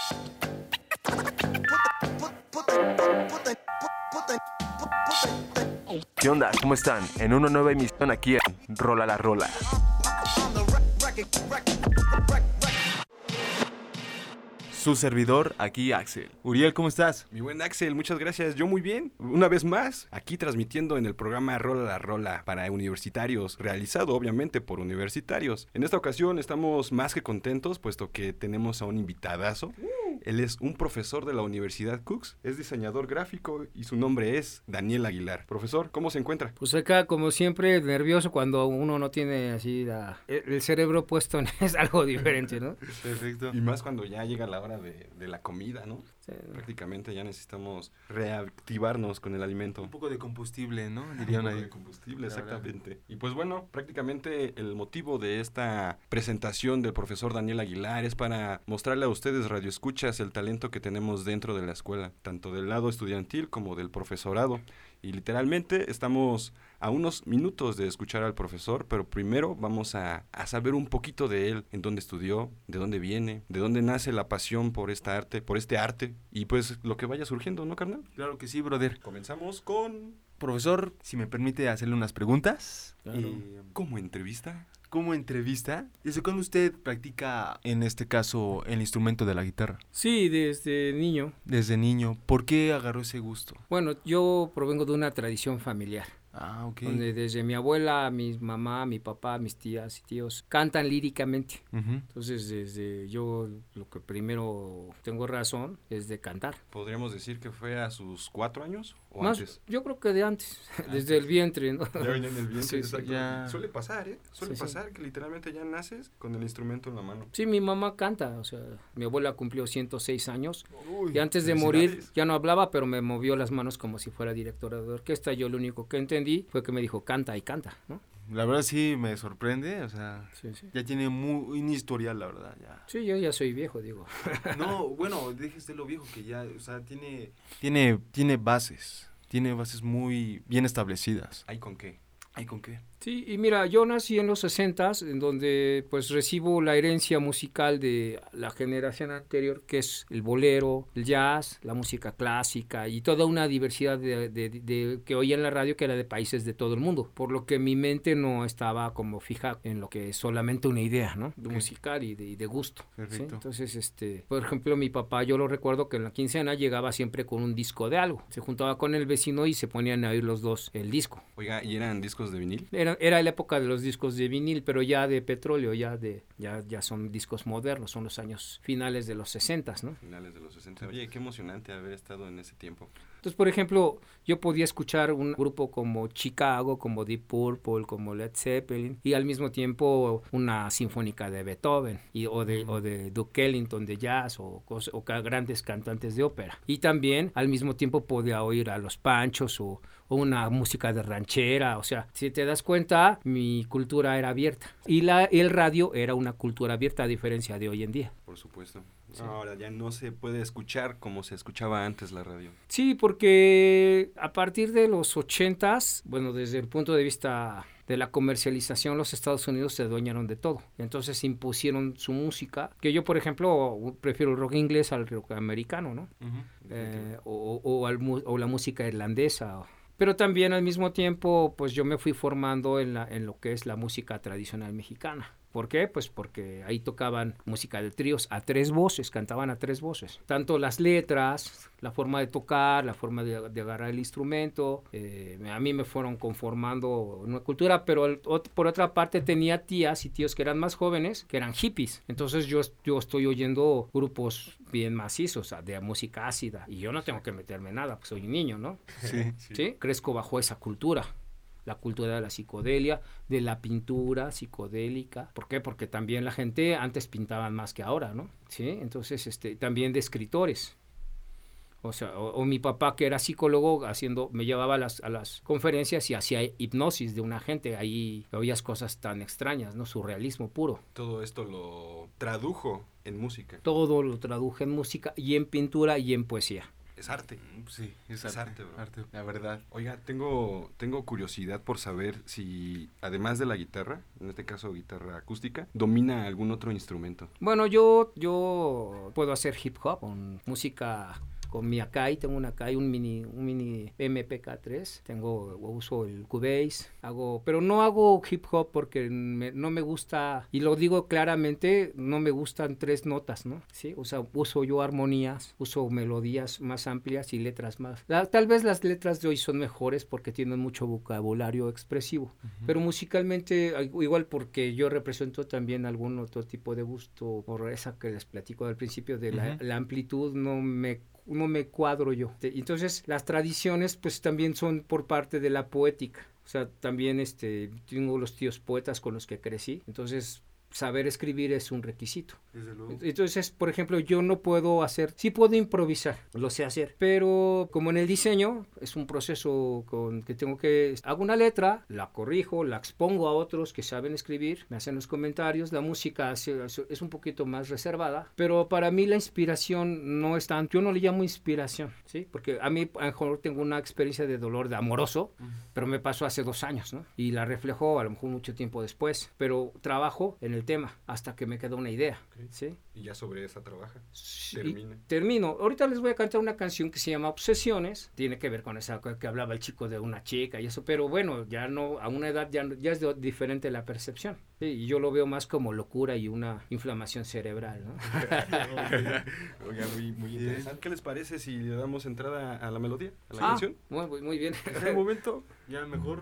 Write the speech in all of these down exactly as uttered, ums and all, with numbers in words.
¿Qué onda? ¿Cómo están? En una nueva emisión aquí en Rola la Rola. Su servidor, aquí Axel. Uriel, ¿cómo estás? Mi buen Axel, muchas gracias. Yo muy bien. Una vez más, aquí transmitiendo en el programa Rola la Rola para universitarios, realizado obviamente por universitarios. En esta ocasión estamos más que contentos, puesto que tenemos a un invitadazo. Él es un profesor de la Universidad Cooks, es diseñador gráfico y su nombre es Daniel Aguilar. Profesor, ¿cómo se encuentra? Pues acá, como siempre, nervioso cuando uno no tiene así la, el cerebro puesto en es algo diferente, ¿no? Perfecto. Y más cuando ya llega la hora de, de la comida, ¿no? Sí. Prácticamente ya necesitamos reactivarnos con el alimento. Un poco de combustible, ¿no? Dirían ahí. De combustible, exactamente. Y pues bueno, prácticamente el motivo de esta presentación del profesor Daniel Aguilar es para mostrarle a ustedes, radioescuchas, el talento que tenemos dentro de la escuela, tanto del lado estudiantil como del profesorado. Y literalmente estamos a unos minutos de escuchar al profesor, pero primero vamos a, a saber un poquito de él, en dónde estudió, de dónde viene, de dónde nace la pasión por esta arte, por este arte, y pues lo que vaya surgiendo, ¿no, carnal? Claro que sí, brother. Comenzamos con... Profesor, si me permite hacerle unas preguntas. Claro. Eh, ¿Cómo entrevista? ¿Cómo entrevista? ¿Desde cuándo usted practica, en este caso, el instrumento de la guitarra? Sí, desde niño. Desde niño. ¿Por qué agarró ese gusto? Bueno, yo provengo de una tradición familiar. Ah, ok. Donde desde mi abuela, mi mamá, mi papá, mis tías y tíos cantan líricamente. Uh-huh. Entonces, desde yo lo que primero tengo razón es de cantar. ¿Podríamos decir que fue a sus cuatro años o Más, antes? yo creo que de antes, Antes. desde el vientre, ¿no? Ya venía en el vientre, Sí, sí, exacto. ya. Suele pasar, ¿eh? Suele Sí, sí. pasar que literalmente ya naces con el instrumento en la mano. Sí, mi mamá canta, o sea, mi abuela cumplió ciento seis años Uy, y antes de morir felicidades. ya no hablaba, pero me movió las manos como si fuera directora de orquesta. Yo lo único que entendí fue que me dijo, canta y canta, ¿no? La verdad sí me sorprende, o sea, Sí, sí. ya tiene muy, un historial, la verdad, ya. Sí, yo ya soy viejo, digo. No, bueno, déjese lo viejo que ya, o sea, tiene... Tiene, tiene bases, tiene bases muy bien establecidas. ¿Ay con qué? ¿Ay con qué? Sí, y mira, yo nací en los sesentas, en donde pues recibo la herencia musical de la generación anterior, que es el bolero, el jazz, la música clásica y toda una diversidad de, de, de, de, que oía en la radio que era de países de todo el mundo, por lo que mi mente no estaba como fija en lo que es solamente una idea, ¿no? De Okay. musical y de, y de gusto. Perfecto. ¿Sí? Entonces, este, por ejemplo, mi papá, yo lo recuerdo que en la quincena llegaba siempre con un disco de algo, se juntaba con el vecino y se ponían a oír los dos el disco. Oiga, ¿y eran discos de vinil? Era, era la época de los discos de vinil, pero ya de petróleo, ya de ya ya son discos modernos, son los años finales de los sesentas, ¿no? Finales de los sesenta. Oye, qué emocionante haber estado en ese tiempo. Entonces, por ejemplo, yo podía escuchar un grupo como Chicago, como Deep Purple, como Led Zeppelin, y al mismo tiempo una sinfónica de Beethoven, y, o, de, o de Duke Ellington de jazz, o, o, o grandes cantantes de ópera. Y también al mismo tiempo podía oír a los Panchos o, o una música de ranchera. O sea, si te das cuenta, mi cultura era abierta. Y la, el radio era una cultura abierta, a diferencia de hoy en día. Por supuesto. Sí. Ahora ya no se puede escuchar como se escuchaba antes la radio. Sí, porque a partir de los ochentas, bueno, desde el punto de vista de la comercialización, los Estados Unidos se adueñaron de todo. Entonces impusieron su música, que yo, por ejemplo, prefiero el rock inglés al rock americano, ¿no? Uh-huh. Eh, o, o, al, o la música irlandesa. Pero también al mismo tiempo, pues yo me fui formando en, la, en lo que es la música tradicional mexicana. ¿Por qué? Pues porque ahí tocaban música de tríos a tres voces, cantaban a tres voces. Tanto las letras, la forma de tocar, la forma de, de agarrar el instrumento, eh, a mí me fueron conformando una cultura, pero el, por otra parte tenía tías y tíos que eran más jóvenes, que eran hippies. Entonces yo, yo estoy oyendo grupos bien macizos, de música ácida, y yo no tengo que meterme nada, pues soy un niño, ¿no? Sí. ¿Sí? ¿Sí? Crezco bajo esa cultura. La cultura de la psicodelia, de la pintura psicodélica. ¿Por qué? Porque también la gente antes pintaban más que ahora, ¿no? Sí, entonces este, también de escritores. O sea, o, o mi papá, que era psicólogo, haciendo, me llevaba a las, a las conferencias y hacía hipnosis de una gente. Ahí oías cosas tan extrañas, ¿no? Surrealismo puro. Todo esto lo tradujo en música. Todo lo traduje en música y en pintura y en poesía. es arte. Sí, es, es arte, arte, bro. arte, la verdad. Oiga, tengo, tengo curiosidad por saber si, además de la guitarra, en este caso guitarra acústica, domina algún otro instrumento. Bueno, yo, yo puedo hacer hip hop con música... con mi Akai, tengo una Akai, un mini, un mini M P K tres, tengo, uso el Cubase, hago, pero no hago hip hop porque me, no me gusta, y lo digo claramente, no me gustan tres notas, ¿no? Sí, o sea, uso yo armonías, uso melodías más amplias y letras más. La, tal vez las letras de hoy son mejores porque tienen mucho vocabulario expresivo, uh-huh. pero musicalmente, igual porque yo represento también algún otro tipo de gusto, por esa que les platico al principio de la, uh-huh. la amplitud, no me no me cuadro yo. Entonces, las tradiciones, pues, también son por parte de la poética. O sea, también este, tengo los tíos poetas con los que crecí. Entonces, saber escribir es un requisito. Desde luego. Entonces, por ejemplo, yo no puedo hacer, sí puedo improvisar, lo sé hacer, pero como en el diseño es un proceso con que tengo que, hago una letra, la corrijo, la expongo a otros que saben escribir, me hacen los comentarios, la música es un poquito más reservada, pero para mí la inspiración no es tanto, yo no le llamo inspiración, ¿sí? Porque a mí a lo mejor tengo una experiencia de dolor de amoroso, uh-huh. pero me pasó hace dos años, ¿no? Y la reflejo a lo mejor mucho tiempo después, pero trabajo en el tema hasta que me quedó una idea. Okay. ¿Sí? Y ya sobre esa trabaja. Sí, termina. Termino. Ahorita les voy a cantar una canción que se llama Obsesiones. Tiene que ver con esa que hablaba el chico de una chica y eso, pero bueno, ya no, a una edad ya, ya es de, diferente la percepción. Sí, y yo lo veo más como locura y una inflamación cerebral, ¿no? Oiga, muy, muy interesante. ¿Qué les parece si le damos entrada a la melodía, a la ah, canción? Muy, muy bien. En este momento, ya mejor.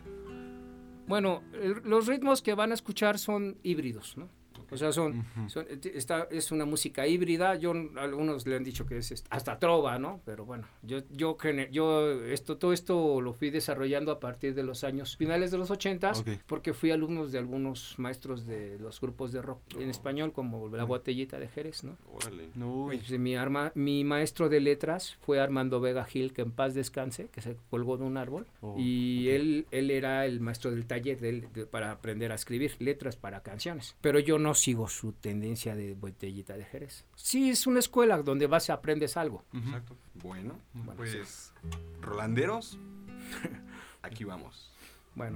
Bueno, el, los ritmos que van a escuchar son híbridos, ¿no? O sea, son, uh-huh. son esta es una música híbrida. Yo algunos le han dicho que es hasta trova, ¿no? Pero bueno, yo yo yo esto todo esto lo fui desarrollando a partir de los años finales de los ochentas, okay. porque fui alumno de algunos maestros de los grupos de rock oh. en español como La Botellita de Jerez, ¿no? Órale. No. Pues, mi arma, mi maestro de letras fue Armando Vega Gil, que en paz descanse, que se colgó de un árbol oh, y okay. él él era el maestro del taller de él, de, para aprender a escribir letras para canciones. Pero yo no sigo su tendencia de Botellita de Jerez. Sí, es una escuela donde vas y aprendes algo. Uh-huh. Exacto. Bueno, bueno pues, sí. Rolanderos, aquí vamos. Bueno.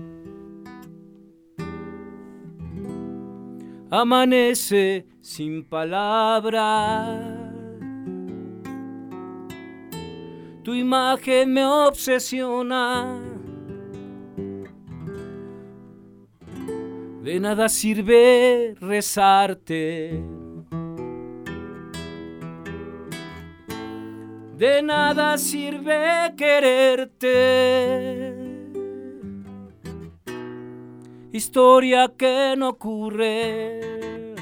Amanece sin palabras, tu imagen me obsesiona. De nada sirve rezarte, de nada sirve quererte. Historia que no ocurre,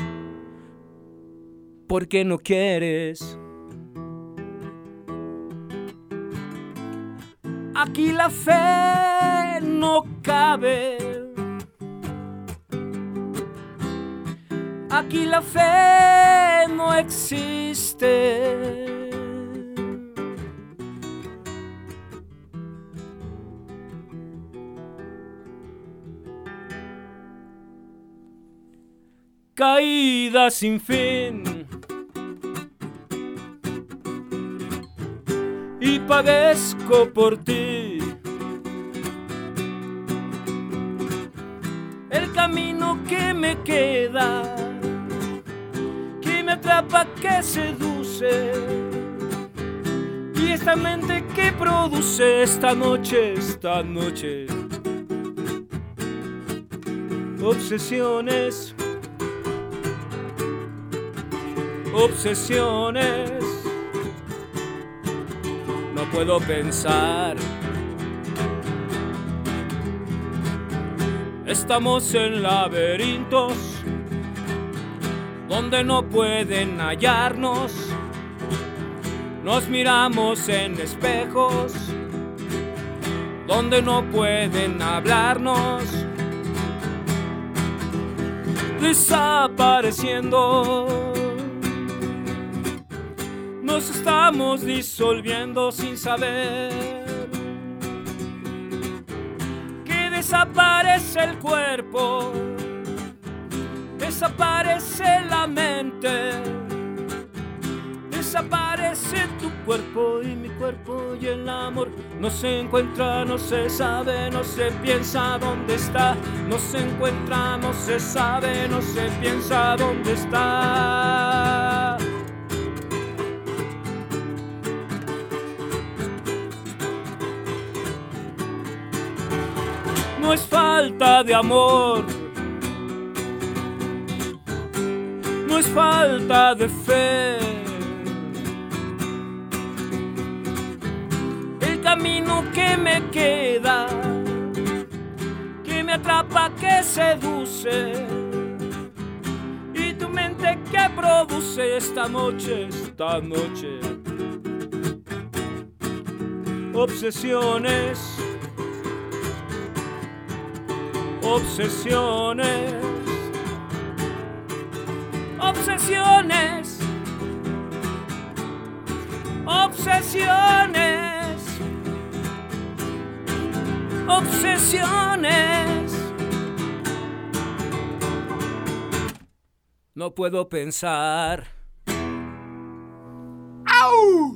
porque no quieres. Aquí la fe no cabe. Aquí la fe no existe. Caída sin fin y padezco por ti. El camino que me queda, que me atrapa, que seduce, y esta mente que produce esta noche, esta noche, obsesiones, obsesiones. No puedo pensar. Estamos en laberintos donde no pueden hallarnos. Nos miramos en espejos donde no pueden hablarnos. Desapareciendo, nos estamos disolviendo sin saber. Desaparece el cuerpo, desaparece la mente, Desaparece tu cuerpo y mi cuerpo y el amor no se encuentra, no se sabe, no se piensa dónde está. No se encuentra, no se sabe, no se piensa dónde está. No es falta de amor, no es falta de fe. El camino que me queda, que me atrapa, que seduce, y tu mente que produce esta noche, esta noche. Obsesiones, obsesiones, obsesiones, obsesiones, obsesiones. No puedo pensar. ¡Au!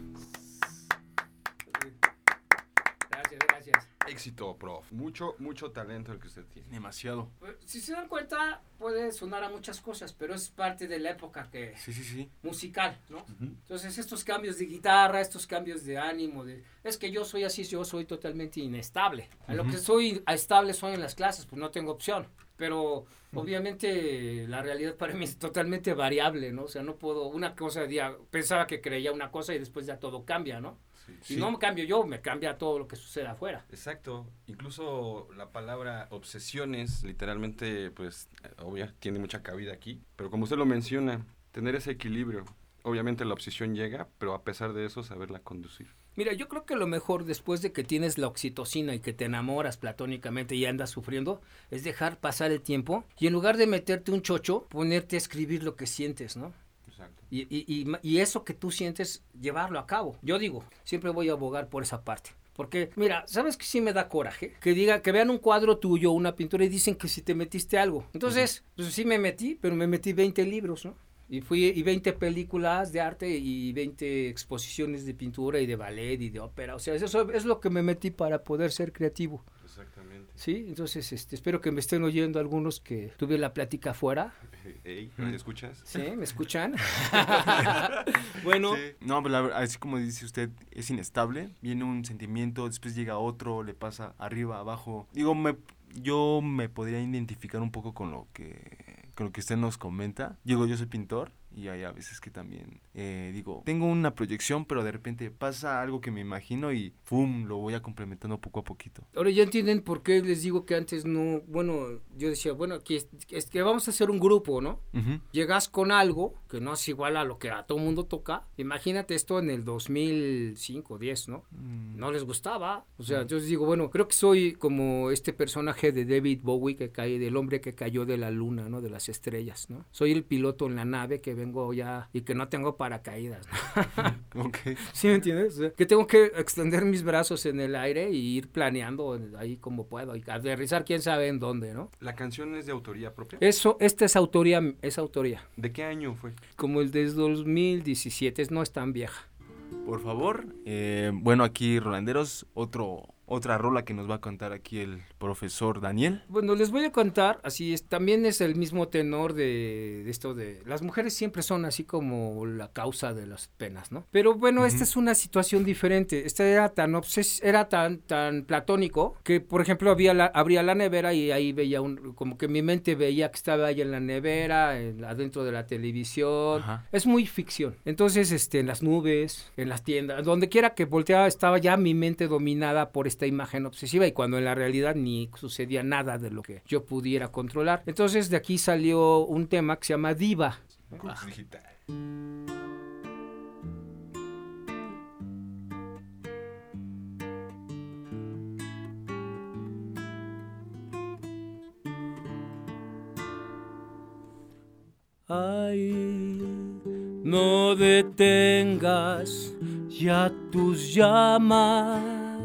Gracias, gracias. Éxito, prof. Mucho, mucho talento el que usted tiene. Demasiado. Si se dan cuenta, puede sonar a muchas cosas, pero es parte de la época que Sí, sí, sí. musical, ¿no? Uh-huh. Entonces, estos cambios de guitarra, estos cambios de ánimo, de es que yo soy así, yo soy totalmente inestable. A lo Ujú. que soy estable soy en las clases, pues no tengo opción. Pero obviamente la realidad para mí es totalmente variable, ¿no? O sea, no puedo, una cosa, día, pensaba que creía una cosa y después ya todo cambia, ¿no? Sí. Si Sí. no me cambio yo, me cambia todo lo que sucede afuera. Exacto. Incluso la palabra obsesiones, literalmente, pues, obvio, tiene mucha cabida aquí. Pero como usted lo menciona, tener ese equilibrio. Obviamente la obsesión llega, pero a pesar de eso, saberla conducir. Mira, yo creo que lo mejor después de que tienes la oxitocina y que te enamoras platónicamente y andas sufriendo, es dejar pasar el tiempo y en lugar de meterte un chocho, ponerte a escribir lo que sientes, ¿no? Exacto. Y, y, y, y eso que tú sientes, llevarlo a cabo. Yo digo, siempre voy a abogar por esa parte. Porque, mira, ¿sabes que sí me da coraje? Que diga, que vean un cuadro tuyo, una pintura y dicen que si te metiste algo. Entonces, pues sí me metí, pero me metí veinte libros, ¿no? Y fui y veinte películas de arte y veinte exposiciones de pintura y de ballet y de ópera. O sea, eso es lo que me metí para poder ser creativo. Exactamente. Sí, entonces este, espero que me estén oyendo algunos que tuve la plática afuera. Ey, ¿me escuchas? Sí, ¿me escuchan? Bueno. Sí. No, pero la verdad, así como dice usted, es inestable. Viene un sentimiento, después llega otro, le pasa arriba, abajo. Digo, me, yo me podría identificar un poco con lo que... con lo que usted nos comenta. Digo, yo soy pintor y hay a veces que también, eh, digo, tengo una proyección, pero de repente pasa algo que me imagino y ¡pum! Lo voy a complementando poco a poquito. Ahora ya entienden por qué les digo que antes no, bueno, yo decía, bueno, aquí es, es que vamos a hacer un grupo, ¿no? Uh-huh. Llegas con algo que no es igual a lo que a todo mundo toca. Imagínate esto en el dos mil cinco, diez, ¿no? Mm. No les gustaba. O sea, entonces digo, bueno, creo que soy como este personaje de David Bowie que cae, del hombre que cayó de la luna, ¿no? De las estrellas, ¿no? Soy el piloto en la nave que vengo ya y que no tengo paracaídas, ¿no? Okay. ¿Sí me entiendes? O sea, que tengo que extender mis brazos en el aire y ir planeando ahí como puedo y aterrizar quién sabe en dónde, ¿no? ¿La canción es de autoría propia? Eso, esta es autoría, es autoría. ¿De qué año fue? Como el de dos mil diecisiete, no es tan vieja. Por favor, eh, bueno, aquí Rolanderos, otro... otra rola que nos va a contar aquí el profesor Daniel. Bueno, les voy a contar, así es, también es el mismo tenor de, de esto de... Las mujeres siempre son así como la causa de las penas, ¿no? Pero bueno, uh-huh. Esta es una situación diferente. Esta era tan obses era tan tan platónico que, por ejemplo, había la, abría la nevera y ahí veía un... como que mi mente veía que estaba ahí en la nevera, en, adentro de la televisión. Uh-huh. Es muy ficción. Entonces, este, en las nubes, en las tiendas, donde quiera que volteaba, estaba ya mi mente dominada por esta imagen obsesiva y cuando en la realidad ni sucedía nada de lo que yo pudiera controlar. Entonces de aquí salió un tema que se llama Diva. Cruz digital. Ay, no detengas ya tus llamas.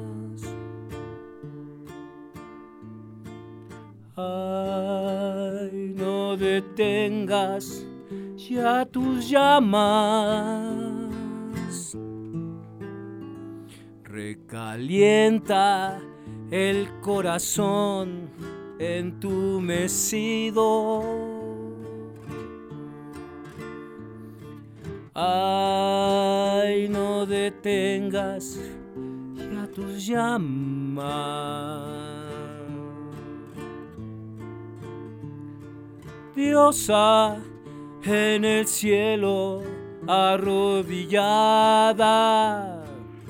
Ay, no detengas ya tus llamas. más. Recalienta el corazón entumecido. Ay, no detengas ya tus llamas. Diosa en el cielo arrodillada,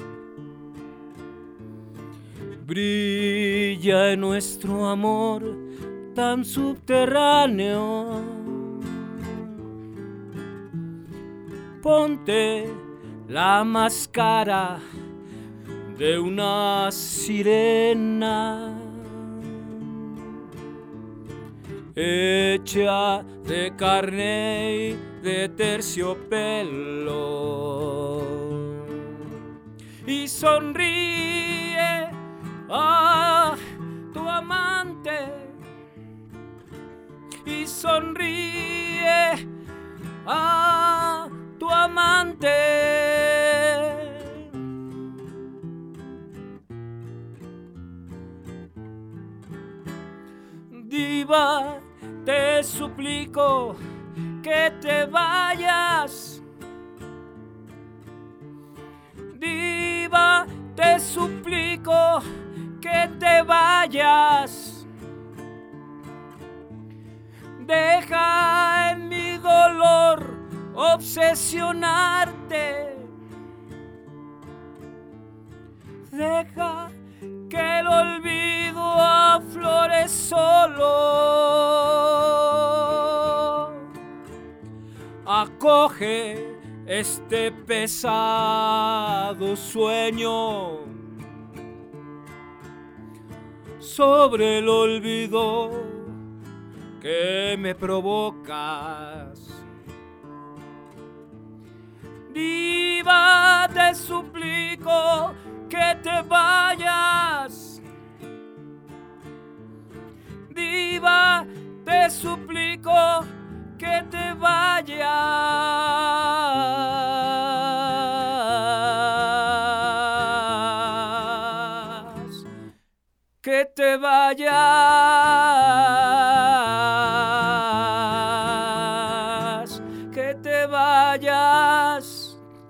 brilla en nuestro amor tan subterráneo. Ponte la máscara de una sirena, hecha de carne y de terciopelo, y sonríe a tu amante, y sonríe a tu amante. Diva, te suplico que te vayas. Diva, te suplico que te vayas. Deja en mi dolor obsesionarte. Deja que el olvido aflore solo. Acoge este pesado sueño sobre el olvido que me provocas. Diva, te suplico que te vayas. Diva, te suplico que te vayas. Que te vayas. Que te vayas.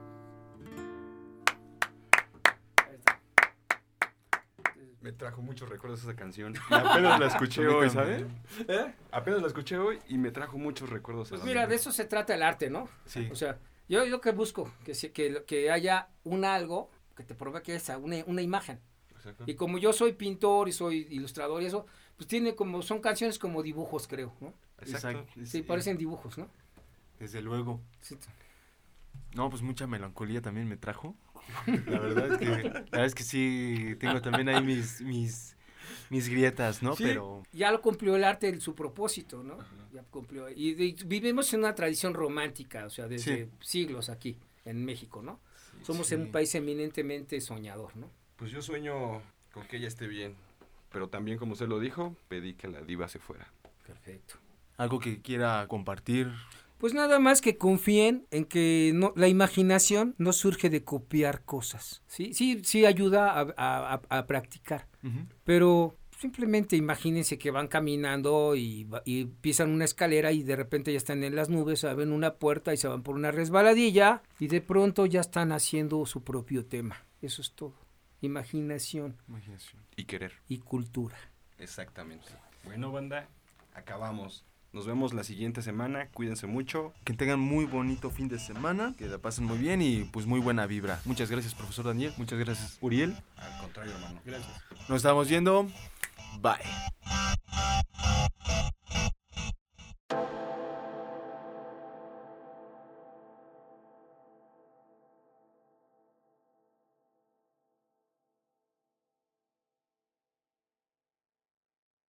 Me trajo muchos recuerdos esa canción. Y apenas la escuché hoy, ¿sabes? ¿Eh? Apenas la escuché hoy y me trajo muchos recuerdos. Pues mira, de eso se trata el arte, ¿no? Sí. O sea, yo lo que busco, que, que, que haya un algo que te provoque esa, una, una imagen. Exacto. Y como yo soy pintor y soy ilustrador y eso, pues tiene como, son canciones como dibujos, creo, ¿no? Exacto. Sí, sí, parecen dibujos, ¿no? Desde luego. Sí. No, pues mucha melancolía también me trajo. La verdad es que, la verdad es que sí, tengo también ahí mis, mis, mis grietas, ¿no? Sí, pero ya lo cumplió el arte en su propósito, ¿no? Uh-huh. Ya cumplió. Y, y vivimos en una tradición romántica, o sea, desde sí. siglos aquí, en México, ¿no? Sí, Somos sí. un país eminentemente soñador, ¿no? Pues yo sueño con que ella esté bien, pero también, como usted lo dijo, pedí que la diva se fuera. Perfecto. ¿Algo que quiera compartir? Pues nada más que confíen en que no, la imaginación no surge de copiar cosas, ¿sí? Sí, sí ayuda a, a, a practicar, uh-huh. pero simplemente imagínense que van caminando y, y pisan una escalera y de repente ya están en las nubes, abren una puerta y se van por una resbaladilla y de pronto ya están haciendo su propio tema. Eso es todo. Imaginación. Imaginación. Y querer. Y cultura. Exactamente. Bueno, banda, acabamos. Nos vemos la siguiente semana, cuídense mucho. Que tengan muy bonito fin de semana, que la pasen muy bien y pues muy buena vibra. Muchas gracias, profesor Daniel, muchas gracias, Uriel. Al contrario, hermano, gracias. Nos estamos viendo, bye.